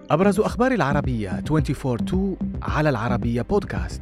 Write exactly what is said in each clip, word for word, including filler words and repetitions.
أبرز أخبار العربية أربعة وعشرين اثنين على العربية بودكاست.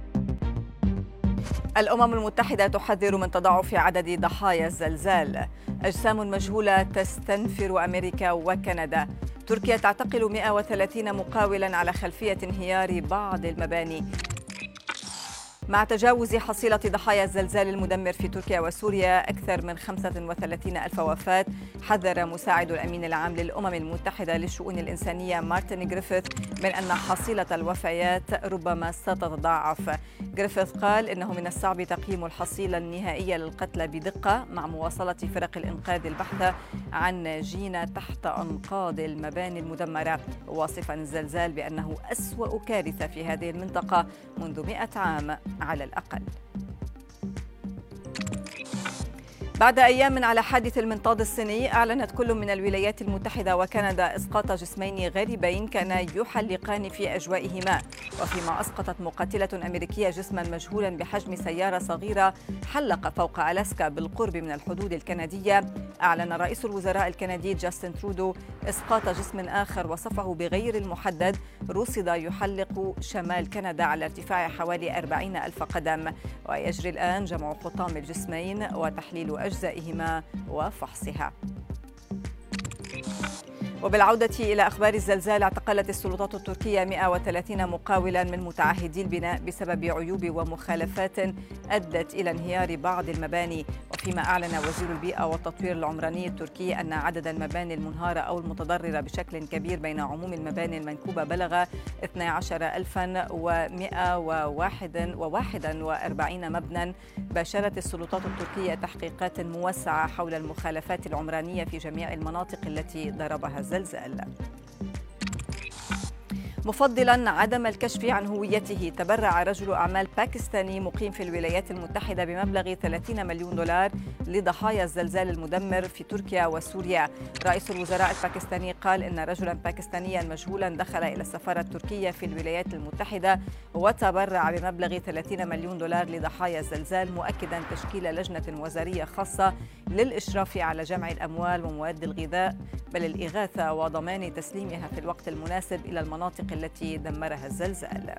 الأمم المتحدة تحذر من تضاعف عدد ضحايا الزلزال. أجسام مجهولة تستنفر أمريكا وكندا. تركيا تعتقل مئة وثلاثين مقاولاً على خلفية انهيار بعض المباني. مع تجاوز حصيلة ضحايا الزلزال المدمر في تركيا وسوريا أكثر من خمسة وثلاثين ألف وفاة، حذر مساعد الأمين العام للأمم المتحدة للشؤون الإنسانية مارتن غريفيث من أن حصيلة الوفيات ربما ستتضاعف. غريفيث قال إنه من الصعب تقييم الحصيلة النهائية للقتلى بدقة، مع مواصلة فرق الإنقاذ البحث عن ناجين تحت أنقاض المباني المدمرة، واصفا الزلزال بأنه أسوأ كارثة في هذه المنطقة منذ مئة عام على الأقل. بعد أيام على حادث المنطاد الصيني، أعلنت كل من الولايات المتحدة وكندا إسقاط جسمين غريبين كانا يحلقان في أجوائهما، وفيما أسقطت مقاتلة أمريكية جسما مجهولا بحجم سيارة صغيرة حلق فوق ألاسكا بالقرب من الحدود الكندية. أعلن رئيس الوزراء الكندي جاستن ترودو إسقاط جسم آخر وصفه بغير المحدد رصد يحلق شمال كندا على ارتفاع حوالي أربعين ألف قدم، ويجري الآن جمع حطام الجسمين وتحليل أجزائهما وفحصها. وبالعودة إلى أخبار الزلزال، اعتقلت السلطات التركية مئة وثلاثين مقاولا من متعهدي البناء بسبب عيوب ومخالفات أدت إلى انهيار بعض المباني. وفيما أعلن وزير البيئة والتطوير العمراني التركي أن عدد المباني المنهارة أو المتضررة بشكل كبير بين عموم المباني المنكوبة بلغ اثني عشر ألفا ومئة وواحد وأربعين مبنى، باشرت السلطات التركية تحقيقات موسعة حول المخالفات العمرانية في جميع المناطق التي ضربها الزلزال. مفضلا عدم الكشف عن هويته، تبرع رجل أعمال باكستاني مقيم في الولايات المتحدة بمبلغ ثلاثين مليون دولار لضحايا الزلزال المدمر في تركيا وسوريا. رئيس الوزراء الباكستاني قال إن رجلا باكستانيا مجهولا دخل إلى السفارة التركية في الولايات المتحدة وتبرع بمبلغ ثلاثين مليون دولار لضحايا الزلزال، مؤكدا تشكيل لجنة وزارية خاصة للإشراف على جمع الأموال ومواد الغذاء بل الإغاثة وضمان تسليمها في الوقت المناسب إلى المناطق التي دمرها الزلزال.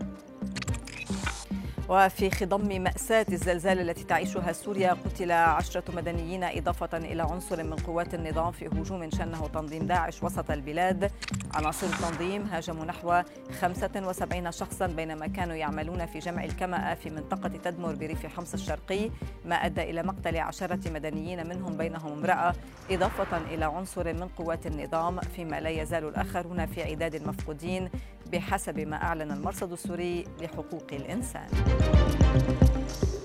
وفي خضم مأساة الزلزال التي تعيشها سوريا، قتل عشرة مدنيين إضافة إلى عنصر من قوات النظام في هجوم شنه تنظيم داعش وسط البلاد. عناصر التنظيم هاجموا نحو خمسة وسبعين شخصا بينما كانوا يعملون في جمع الكمأة في منطقة تدمر بريف حمص الشرقي، ما أدى إلى مقتل عشرة مدنيين منهم بينهم امرأة، إضافة إلى عنصر من قوات النظام، فيما لا يزال الآخرون في عداد المفقودين بحسب ما أعلن المرصد السوري لحقوق الإنسان.